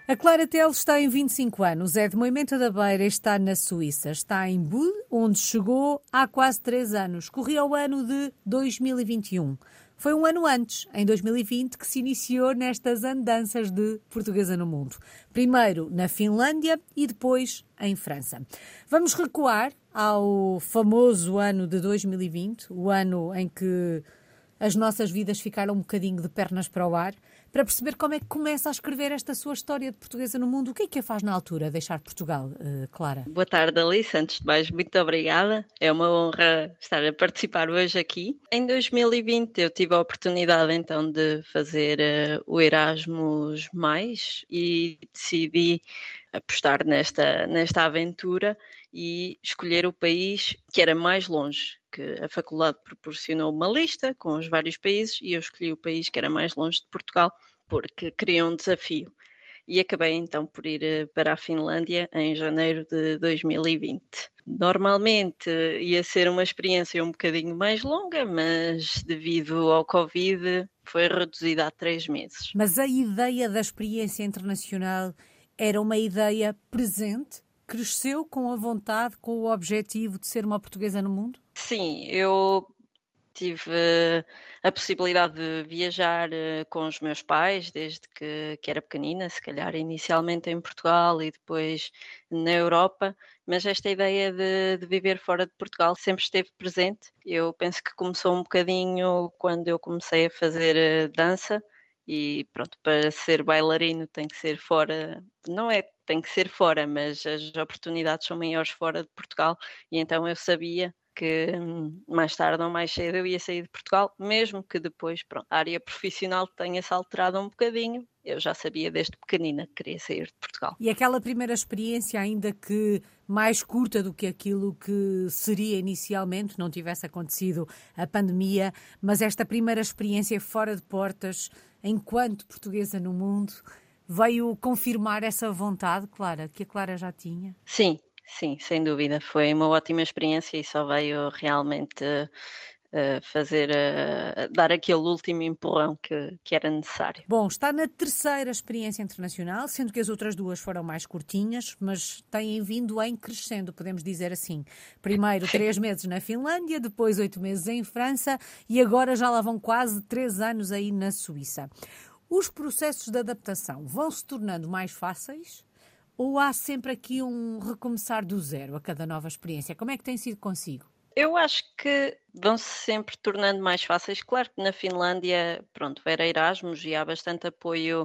A Clara Teles tem 25 anos, é de Moimenta da Beira e está na Suíça. Está em Bulle, onde chegou há quase 3 anos. Corria o ano de 2021. Foi um ano antes, em 2020, que se iniciou nestas andanças de Portuguesa no Mundo. Primeiro na Finlândia e depois em França. Vamos recuar ao famoso ano de 2020, o ano em que as nossas vidas ficaram um bocadinho de pernas para o ar, para perceber como é que começa a escrever esta sua história de Portuguesa no Mundo. O que é que a faz na altura, deixar Portugal, Clara? Boa tarde, Alice. Antes de mais, muito obrigada. É uma honra estar a participar hoje aqui. Em 2020 eu tive a oportunidade então de fazer o Erasmus+, e decidi apostar nesta aventura e escolher o país que era mais longe, que a faculdade proporcionou uma lista com os vários países e eu escolhi o país que era mais longe de Portugal porque queria um desafio. E acabei então por ir para a Finlândia em janeiro de 2020. Normalmente ia ser uma experiência um bocadinho mais longa, mas devido ao Covid foi reduzida a 3 meses. Mas a ideia da experiência internacional era uma ideia presente? Cresceu com a vontade, com o objetivo de ser uma portuguesa no mundo? Sim, eu tive a possibilidade de viajar com os meus pais desde que era pequenina, se calhar inicialmente em Portugal e depois na Europa, mas esta ideia de viver fora de Portugal sempre esteve presente. Eu penso que começou um bocadinho quando eu comecei a fazer dança e pronto, para ser bailarino tem que ser fora, não é tem que ser fora, mas as oportunidades são maiores fora de Portugal e então eu sabia que mais tarde ou mais cedo eu ia sair de Portugal, mesmo que depois, pronto, a área profissional tenha-se alterado um bocadinho, eu já sabia desde pequenina que queria sair de Portugal. E aquela primeira experiência, ainda que mais curta do que aquilo que seria inicialmente, não tivesse acontecido a pandemia, mas esta primeira experiência fora de portas, enquanto portuguesa no mundo, veio confirmar essa vontade, Clara, que a Clara já tinha? Sim, sim, sem dúvida. Foi uma ótima experiência e só veio realmente dar aquele último empurrão que era necessário. Bom, está na terceira experiência internacional, sendo que as outras duas foram mais curtinhas, mas têm vindo em crescendo, podemos dizer assim. Primeiro 3 meses na Finlândia, depois 8 meses em França e agora já lá vão quase 3 anos aí na Suíça. Os processos de adaptação vão se tornando mais fáceis ou há sempre aqui um recomeçar do zero a cada nova experiência? Como é que tem sido consigo? Eu acho que vão-se sempre tornando mais fáceis. Claro que na Finlândia, pronto, era Erasmus e há bastante apoio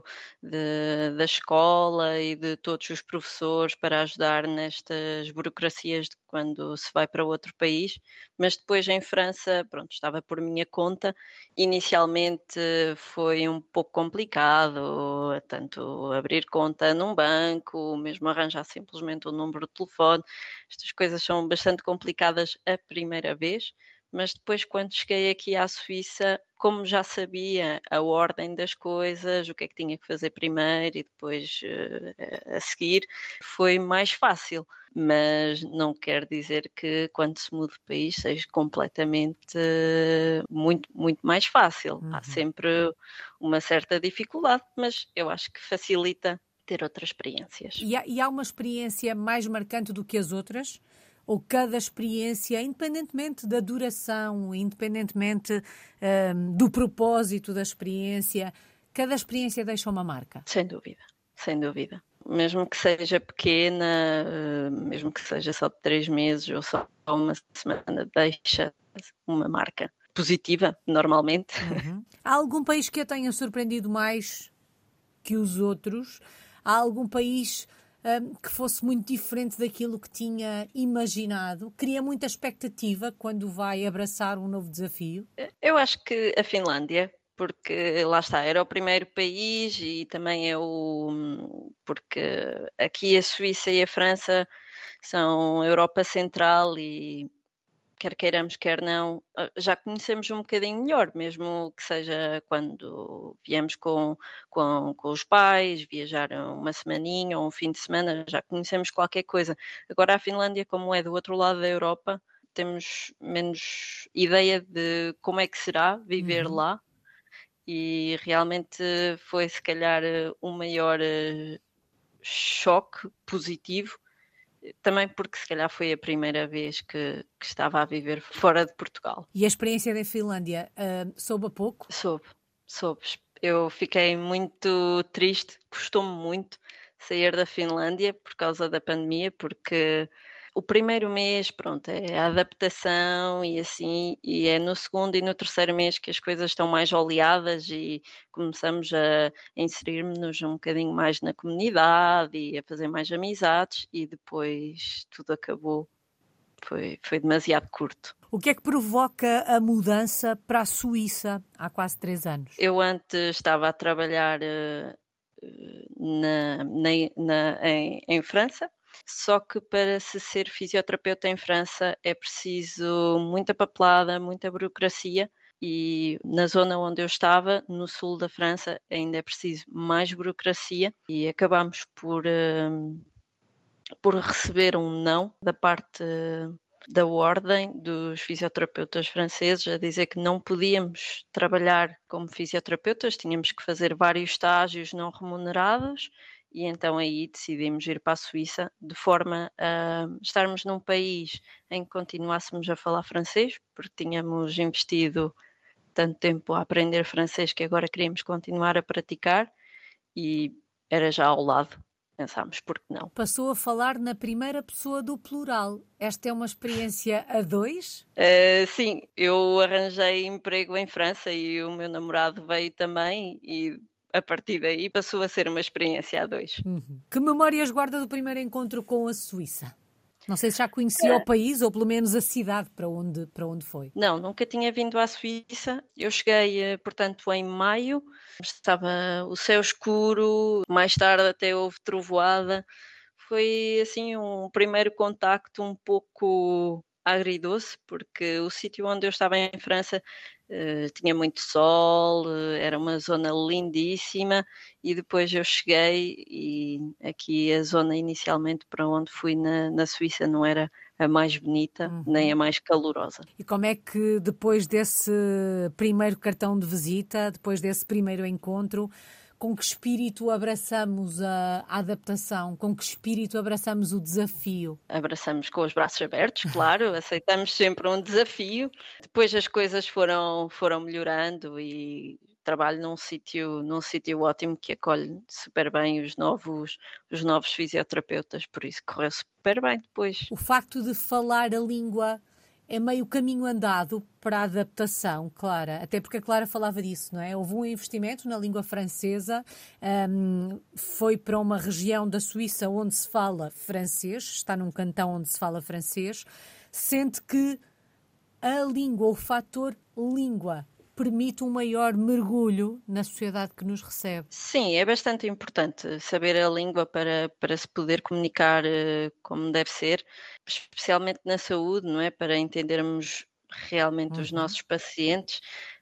da escola e de todos os professores para ajudar nestas burocracias de quando se vai para outro país, mas depois em França, pronto, estava por minha conta. Inicialmente foi um pouco complicado, tanto abrir conta num banco, mesmo arranjar simplesmente um número de telefone. Estas coisas são bastante complicadas a primeira vez, mas depois quando cheguei aqui à Suíça, como já sabia a ordem das coisas, o que é que tinha que fazer primeiro e depois a seguir, foi mais fácil. Mas não quer dizer que quando se muda de país seja completamente muito, muito mais fácil. Há sempre uma certa dificuldade, mas eu acho que facilita ter outras experiências. E há uma experiência mais marcante do que as outras? Ou cada experiência, independentemente da duração, independentemente do propósito da experiência, cada experiência deixa uma marca? Sem dúvida, sem dúvida. Mesmo que seja pequena, mesmo que seja só de 3 meses ou só uma semana, deixa uma marca positiva, normalmente. Há algum país que a tenha surpreendido mais que os outros? Há algum país que fosse muito diferente daquilo que tinha imaginado? Cria muita expectativa quando vai abraçar um novo desafio? Eu acho que a Finlândia, porque lá está, era o primeiro país e também porque aqui a Suíça e a França são Europa Central e quer queiramos, quer não, já conhecemos um bocadinho melhor, mesmo que seja quando viemos com os pais, viajar uma semaninha ou um fim de semana, já conhecemos qualquer coisa. Agora a Finlândia, como é do outro lado da Europa, temos menos ideia de como é que será viver lá e realmente foi se calhar o maior choque positivo, também porque se calhar foi a primeira vez que estava a viver fora de Portugal. E a experiência da Finlândia, soube a pouco? Soube. Eu fiquei muito triste, custou-me muito sair da Finlândia por causa da pandemia, porque o primeiro mês, pronto, é a adaptação e assim, e é no segundo e no terceiro mês que as coisas estão mais oleadas e começamos a inserir-nos um bocadinho mais na comunidade e a fazer mais amizades, e depois tudo acabou. Foi demasiado curto. O que é que provoca a mudança para a Suíça há quase 3 anos? Eu antes estava a trabalhar em França, só que para se ser fisioterapeuta em França é preciso muita papelada, muita burocracia, e na zona onde eu estava, no sul da França, ainda é preciso mais burocracia, e acabámos por receber um não da parte da ordem dos fisioterapeutas franceses, a dizer que não podíamos trabalhar como fisioterapeutas, tínhamos que fazer vários estágios não remunerados, e então aí decidimos ir para a Suíça, de forma a estarmos num país em que continuássemos a falar francês, porque tínhamos investido tanto tempo a aprender francês que agora queríamos continuar a praticar, e era já ao lado. Pensámos, por que não? Passou a falar na primeira pessoa do plural. Esta é uma experiência a dois? Sim, eu arranjei emprego em França e o meu namorado veio também, e a partir daí passou a ser uma experiência a dois. Uhum. Que memórias guarda do primeiro encontro com a Suíça? Não sei se já conhecia o país ou pelo menos a cidade para onde foi. Não, nunca tinha vindo à Suíça. Eu cheguei, portanto, em maio. Estava o céu escuro, mais tarde até houve trovoada. Foi, assim, um primeiro contacto um pouco agridoce, porque o sítio onde eu estava em França tinha muito sol, era uma zona lindíssima, e depois eu cheguei e aqui a zona inicialmente para onde fui na Suíça não era a mais bonita, nem a mais calorosa. E como é que depois desse primeiro cartão de visita, depois desse primeiro encontro, com que espírito abraçamos a adaptação? Com que espírito abraçamos o desafio? Abraçamos com os braços abertos, claro, aceitamos sempre um desafio. Depois as coisas foram melhorando, e trabalho num sítio ótimo que acolhe super bem os novos fisioterapeutas, por isso correu super bem depois. O facto de falar a língua é meio caminho andado para a adaptação, Clara, até porque a Clara falava disso, não é? Houve um investimento na língua francesa, foi para uma região da Suíça onde se fala francês, está num cantão onde se fala francês, sente que a língua, o fator língua, permite um maior mergulho na sociedade que nos recebe. Sim, é bastante importante saber a língua para se poder comunicar como deve ser, especialmente na saúde, não é? Para entendermos realmente os nossos pacientes,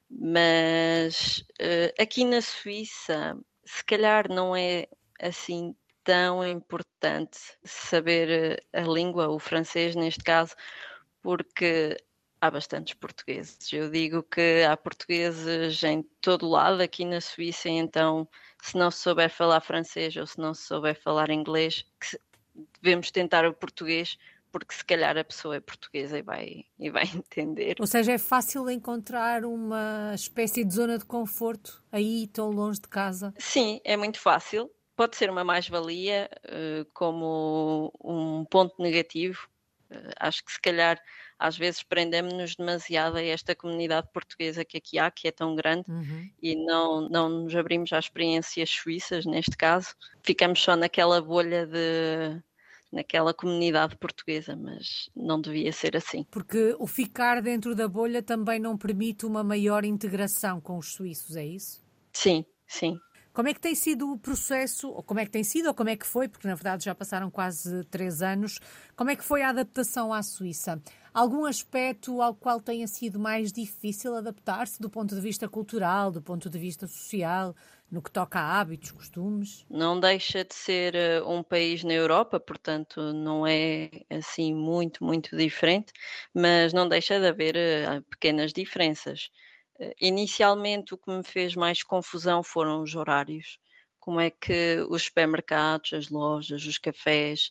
mas aqui na Suíça, se calhar não é assim tão importante saber a língua, o francês neste caso, porque há bastantes portugueses. Eu digo que há portugueses em todo lado aqui na Suíça, então se não se souber falar francês ou se não se souber falar inglês, devemos tentar o português, porque se calhar a pessoa é portuguesa e vai entender. Ou seja, é fácil encontrar uma espécie de zona de conforto aí tão longe de casa. Sim, é muito fácil. Pode ser uma mais-valia, como um ponto negativo. Acho que se calhar às vezes prendemos-nos demasiado a esta comunidade portuguesa que aqui há, que é tão grande, e não nos abrimos às experiências suíças, neste caso. Ficamos só naquela bolha naquela comunidade portuguesa, mas não devia ser assim. Porque o ficar dentro da bolha também não permite uma maior integração com os suíços, é isso? Sim, sim. Como é que tem sido o processo, ou como é que tem sido, ou como é que foi, porque na verdade já passaram quase 3 anos, como é que foi a adaptação à Suíça? Algum aspecto ao qual tenha sido mais difícil adaptar-se do ponto de vista cultural, do ponto de vista social, no que toca a hábitos, costumes? Não deixa de ser um país na Europa, portanto não é assim muito, muito diferente, mas não deixa de haver pequenas diferenças. Inicialmente o que me fez mais confusão foram os horários. como é que os supermercados, as lojas, os cafés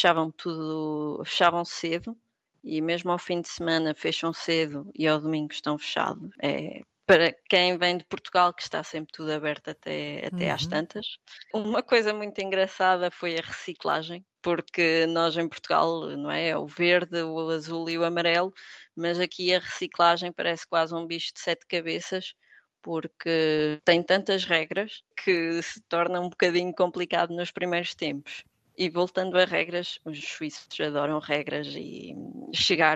fechavam cedo e mesmo ao fim de semana fecham cedo e ao domingo estão fechados. Para quem vem de Portugal, que está sempre tudo aberto até às Uhum. tantas. Uma coisa muito engraçada foi a reciclagem, porque nós em Portugal, não é o verde, o azul e o amarelo, mas aqui a reciclagem parece quase um bicho de 7 cabeças, porque tem tantas regras que se torna um bocadinho complicado nos primeiros tempos. E voltando a regras, os suíços adoram regras e chegar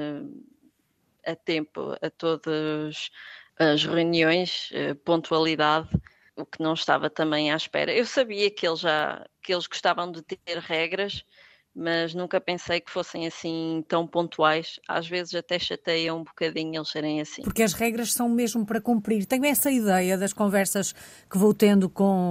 a tempo a todas as reuniões, pontualidade, o que não estava também à espera. Eu sabia que eles gostavam de ter regras, mas nunca pensei que fossem assim tão pontuais. Às vezes até chateia um bocadinho eles serem assim. Porque as regras são mesmo para cumprir. Tenho essa ideia das conversas que vou tendo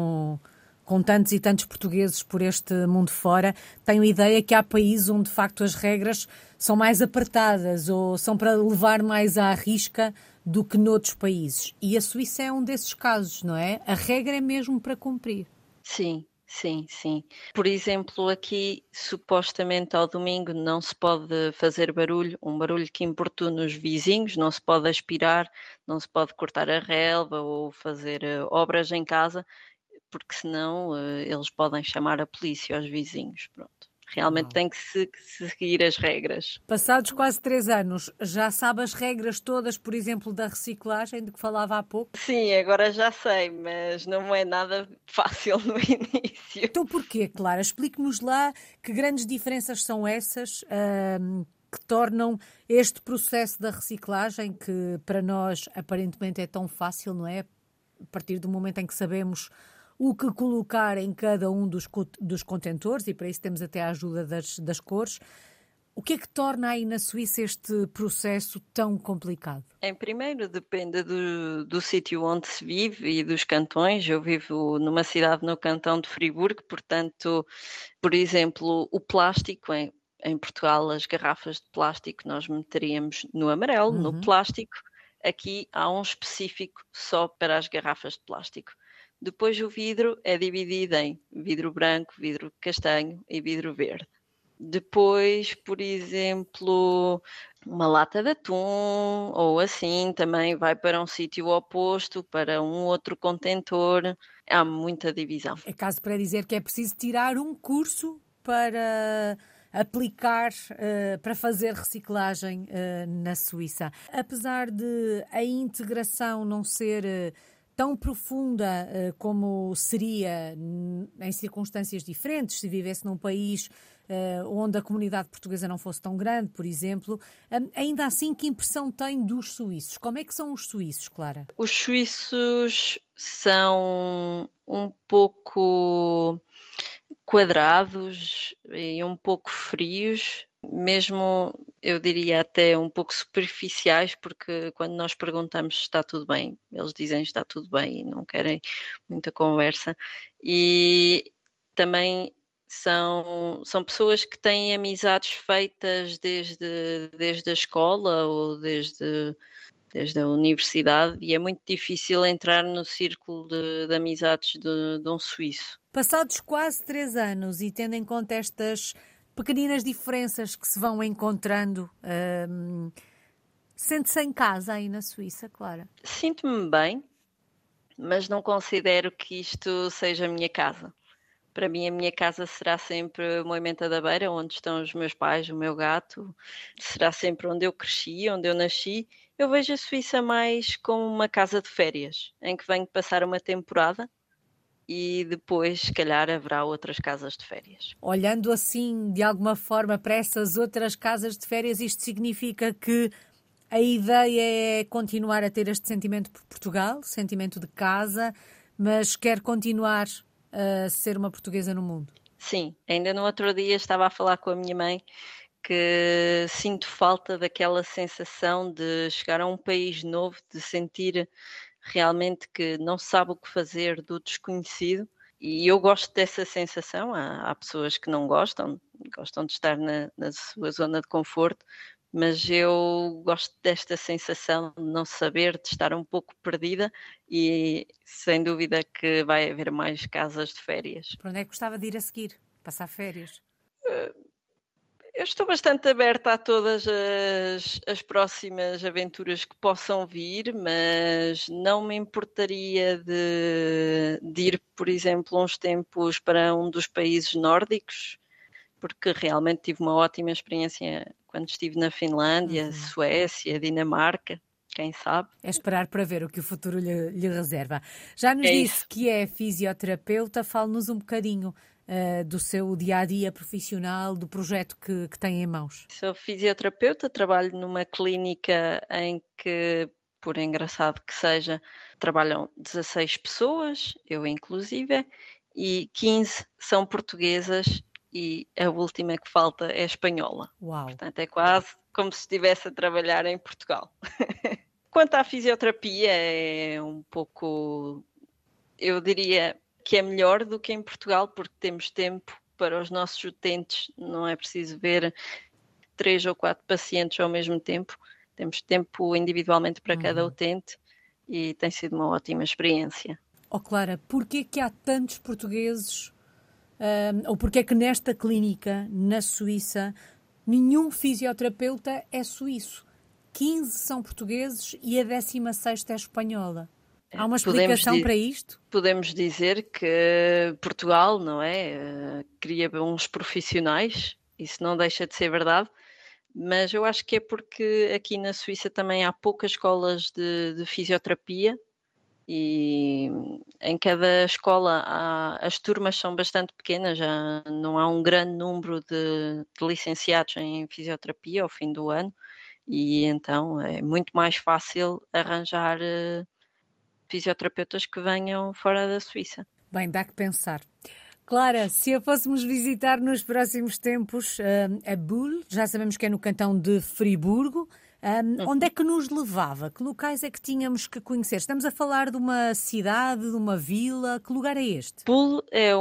com tantos e tantos portugueses por este mundo fora. Tenho a ideia que há países onde, de facto, as regras são mais apertadas ou são para levar mais à risca do que noutros países. E a Suíça é um desses casos, não é? A regra é mesmo para cumprir. Sim, sim, sim. Por exemplo, aqui supostamente ao domingo não se pode fazer barulho, um barulho que importune os vizinhos, não se pode aspirar, não se pode cortar a relva ou fazer obras em casa, porque senão eles podem chamar a polícia aos vizinhos. Pronto. Realmente Uau. tem que seguir as regras. Passados quase 3 anos, já sabe as regras todas, por exemplo, da reciclagem, de que falava há pouco? Sim, agora já sei, mas não é nada fácil no início. Então porquê, Clara? Explique-nos lá que grandes diferenças são essas, que tornam este processo da reciclagem, que para nós aparentemente é tão fácil, não é? A partir do momento em que sabemos o que colocar em cada um dos contentores, e para isso temos até a ajuda das cores. O que é que torna aí na Suíça este processo tão complicado? Em primeiro, depende do sítio onde se vive e dos cantões. Eu vivo numa cidade no cantão de Friburgo, portanto, por exemplo, o plástico, em Portugal, as garrafas de plástico nós meteríamos no amarelo, no Uhum. plástico. Aqui há um específico só para as garrafas de plástico. Depois o vidro é dividido em vidro branco, vidro castanho e vidro verde. Depois, por exemplo, uma lata de atum ou assim também vai para um sítio oposto, para um outro contentor. Há muita divisão. É caso para dizer que é preciso tirar um curso para aplicar, para fazer reciclagem na Suíça. Apesar de a integração não ser tão profunda como seria em circunstâncias diferentes, se vivesse num país onde a comunidade portuguesa não fosse tão grande, por exemplo, ainda assim, que impressão tem dos suíços? Como é que são os suíços, Clara? Os suíços são um pouco quadrados e um pouco frios, mesmo eu diria até um pouco superficiais, porque quando nós perguntamos se está tudo bem, eles dizem está tudo bem e não querem muita conversa. E também são pessoas que têm amizades feitas desde a escola ou desde a universidade e é muito difícil entrar no círculo de amizades de um suíço. Passados quase 3 anos e tendo em conta estas pequeninas diferenças que se vão encontrando, sente-se em casa aí na Suíça, Clara? Sinto-me bem, mas não considero que isto seja a minha casa. Para mim, a minha casa será sempre Moimenta da Beira, onde estão os meus pais, o meu gato. Será sempre onde eu cresci, onde eu nasci. Eu vejo a Suíça mais como uma casa de férias, em que venho passar uma temporada e depois, se calhar, haverá outras casas de férias. Olhando assim, de alguma forma, para essas outras casas de férias, isto significa que a ideia é continuar a ter este sentimento por Portugal, sentimento de casa, mas quer continuar a ser uma portuguesa no mundo. Sim, ainda no outro dia estava a falar com a minha mãe que sinto falta daquela sensação de chegar a um país novo, de sentir realmente que não sabe o que fazer do desconhecido. E eu gosto dessa sensação. Há pessoas que não gostam, gostam de estar na sua zona de conforto, mas eu gosto desta sensação de não saber, de estar um pouco perdida e sem dúvida que vai haver mais casas de férias. Para onde é que gostava de ir a seguir? Passar férias? Eu estou bastante aberta a todas as próximas aventuras que possam vir, mas não me importaria de ir, por exemplo, uns tempos para um dos países nórdicos, porque realmente tive uma ótima experiência quando estive na Finlândia, Suécia, Dinamarca, quem sabe. É esperar para ver o que o futuro lhe reserva. Já nos É disse isso. que é fisioterapeuta, fale-nos um bocadinho do seu dia-a-dia profissional, do projeto que tem em mãos. Sou fisioterapeuta, trabalho numa clínica em que, por engraçado que seja, trabalham 16 pessoas, eu inclusive, e 15 são portuguesas e a última que falta é espanhola. Uau! Portanto, é quase como se estivesse a trabalhar em Portugal. Quanto à fisioterapia, é um pouco, eu diria que é melhor do que em Portugal, porque temos tempo para os nossos utentes, não é preciso ver 3 ou 4 pacientes ao mesmo tempo, temos tempo individualmente para cada utente e tem sido uma ótima experiência. Oh Clara, porquê que há tantos portugueses, ou porquê que nesta clínica, na Suíça, nenhum fisioterapeuta é suíço? 15 são portugueses e a 16ª é espanhola. Há uma explicação para isto? Podemos dizer que Portugal, não é? Cria bons profissionais, isso não deixa de ser verdade, mas eu acho que é porque aqui na Suíça também há poucas escolas de fisioterapia e em cada escola as turmas são bastante pequenas, já não há um grande número de licenciados em fisioterapia ao fim do ano e então é muito mais fácil arranjar fisioterapeutas que venham fora da Suíça. Bem, dá que pensar. Clara, se a fôssemos visitar nos próximos tempos a Bulle, já sabemos que é no cantão de Friburgo, onde é que nos levava? Que locais é que tínhamos que conhecer? Estamos a falar de uma cidade, de uma vila, que lugar é este? Bulle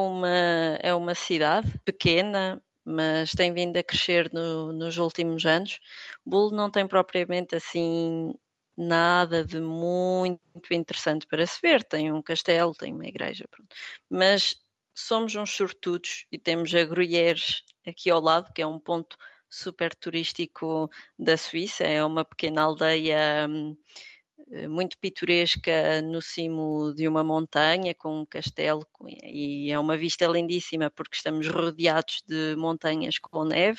é uma cidade pequena, mas tem vindo a crescer nos últimos anos. Bulle não tem propriamente assim nada de muito interessante para se ver. Tem um castelo, tem uma igreja, pronto. Mas somos uns sortudos e temos a Gruyères aqui ao lado, que é um ponto super turístico da Suíça. É uma pequena aldeia muito pitoresca no cimo de uma montanha com um castelo e é uma vista lindíssima porque estamos rodeados de montanhas com neve.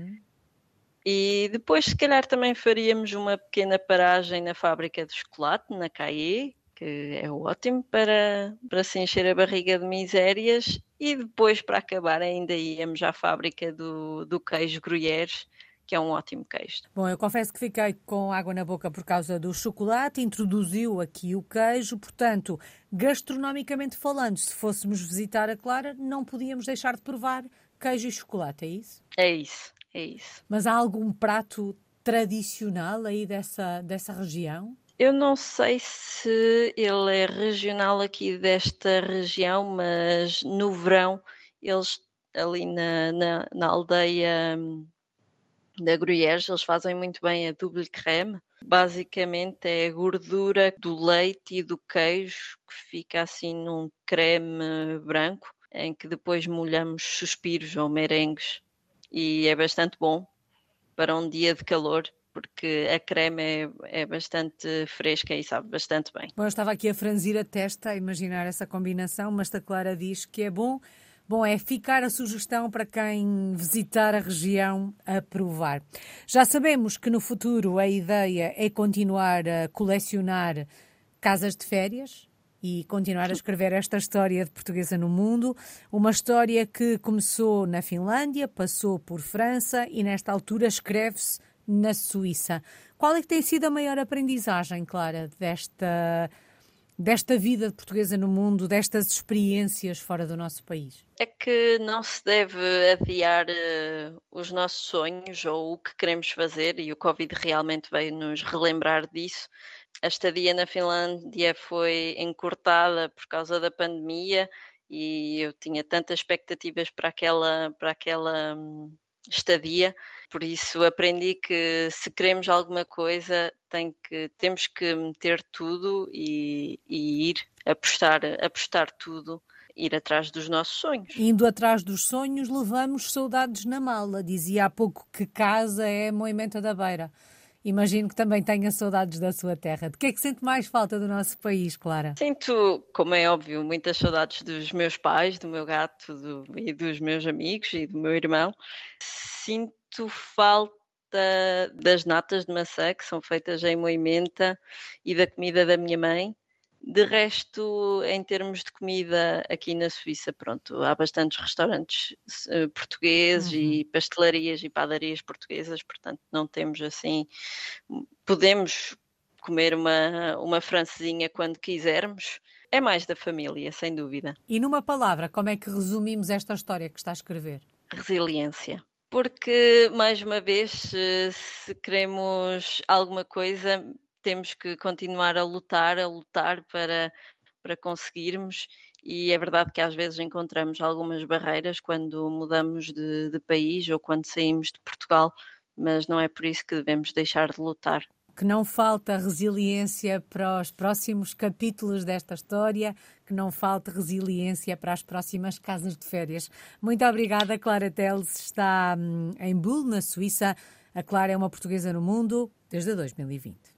E depois se calhar também faríamos uma pequena paragem na fábrica de chocolate, na Caillé, que é ótimo para se encher a barriga de misérias e depois para acabar ainda íamos à fábrica do queijo Gruyères, que é um ótimo queijo. Bom, eu confesso que fiquei com água na boca por causa do chocolate, introduziu aqui o queijo, portanto, gastronomicamente falando, se fôssemos visitar a Clara, não podíamos deixar de provar queijo e chocolate, é isso? É isso, é isso. Mas há algum prato tradicional aí dessa região? Eu não sei se ele é regional aqui desta região, mas no verão eles ali na aldeia da Gruyères, eles fazem muito bem a double crème. Basicamente é a gordura do leite e do queijo que fica assim num creme branco, em que depois molhamos suspiros ou merengues e é bastante bom para um dia de calor, porque a creme é bastante fresca e sabe bastante bem. Bom, eu estava aqui a franzir a testa a imaginar essa combinação, mas a Clara diz que é bom. Bom, é ficar a sugestão para quem visitar a região a provar. Já sabemos que no futuro a ideia é continuar a colecionar casas de férias e continuar a escrever esta história de portuguesa no mundo, uma história que começou na Finlândia, passou por França e nesta altura escreve-se na Suíça. Qual é que tem sido a maior aprendizagem, Clara, desta vida de portuguesa no mundo, destas experiências fora do nosso país? É que não se deve adiar os nossos sonhos ou o que queremos fazer e o Covid realmente veio nos relembrar disso. A estadia na Finlândia foi encurtada por causa da pandemia e eu tinha tantas expectativas para aquela estadia. Por isso aprendi que se queremos alguma coisa temos que meter tudo e ir apostar tudo, ir atrás dos nossos sonhos. Indo atrás dos sonhos, levamos saudades na mala. Dizia há pouco que casa é Moimenta da Beira. Imagino que também tenha saudades da sua terra. De que é que sente mais falta do nosso país, Clara? Sinto, como é óbvio, muitas saudades dos meus pais, do meu gato e dos meus amigos e do meu irmão. Sinto falta das natas de maçã que são feitas em Moimenta e da comida da minha mãe. De resto, em termos de comida aqui na Suíça, pronto, há bastantes restaurantes portugueses e pastelarias e padarias portuguesas, portanto não temos assim, podemos comer uma francesinha quando quisermos. É mais da família, sem dúvida. E numa palavra, como é que resumimos esta história que está a escrever? Resiliência. Porque, mais uma vez, se queremos alguma coisa, temos que continuar a lutar para conseguirmos. E é verdade que às vezes encontramos algumas barreiras quando mudamos de país ou quando saímos de Portugal, mas não é por isso que devemos deixar de lutar. Que não falta resiliência para os próximos capítulos desta história, que não falta resiliência para as próximas casas de férias. Muito obrigada, Clara Teles está em Bull, na Suíça. A Clara é uma portuguesa no mundo desde 2020.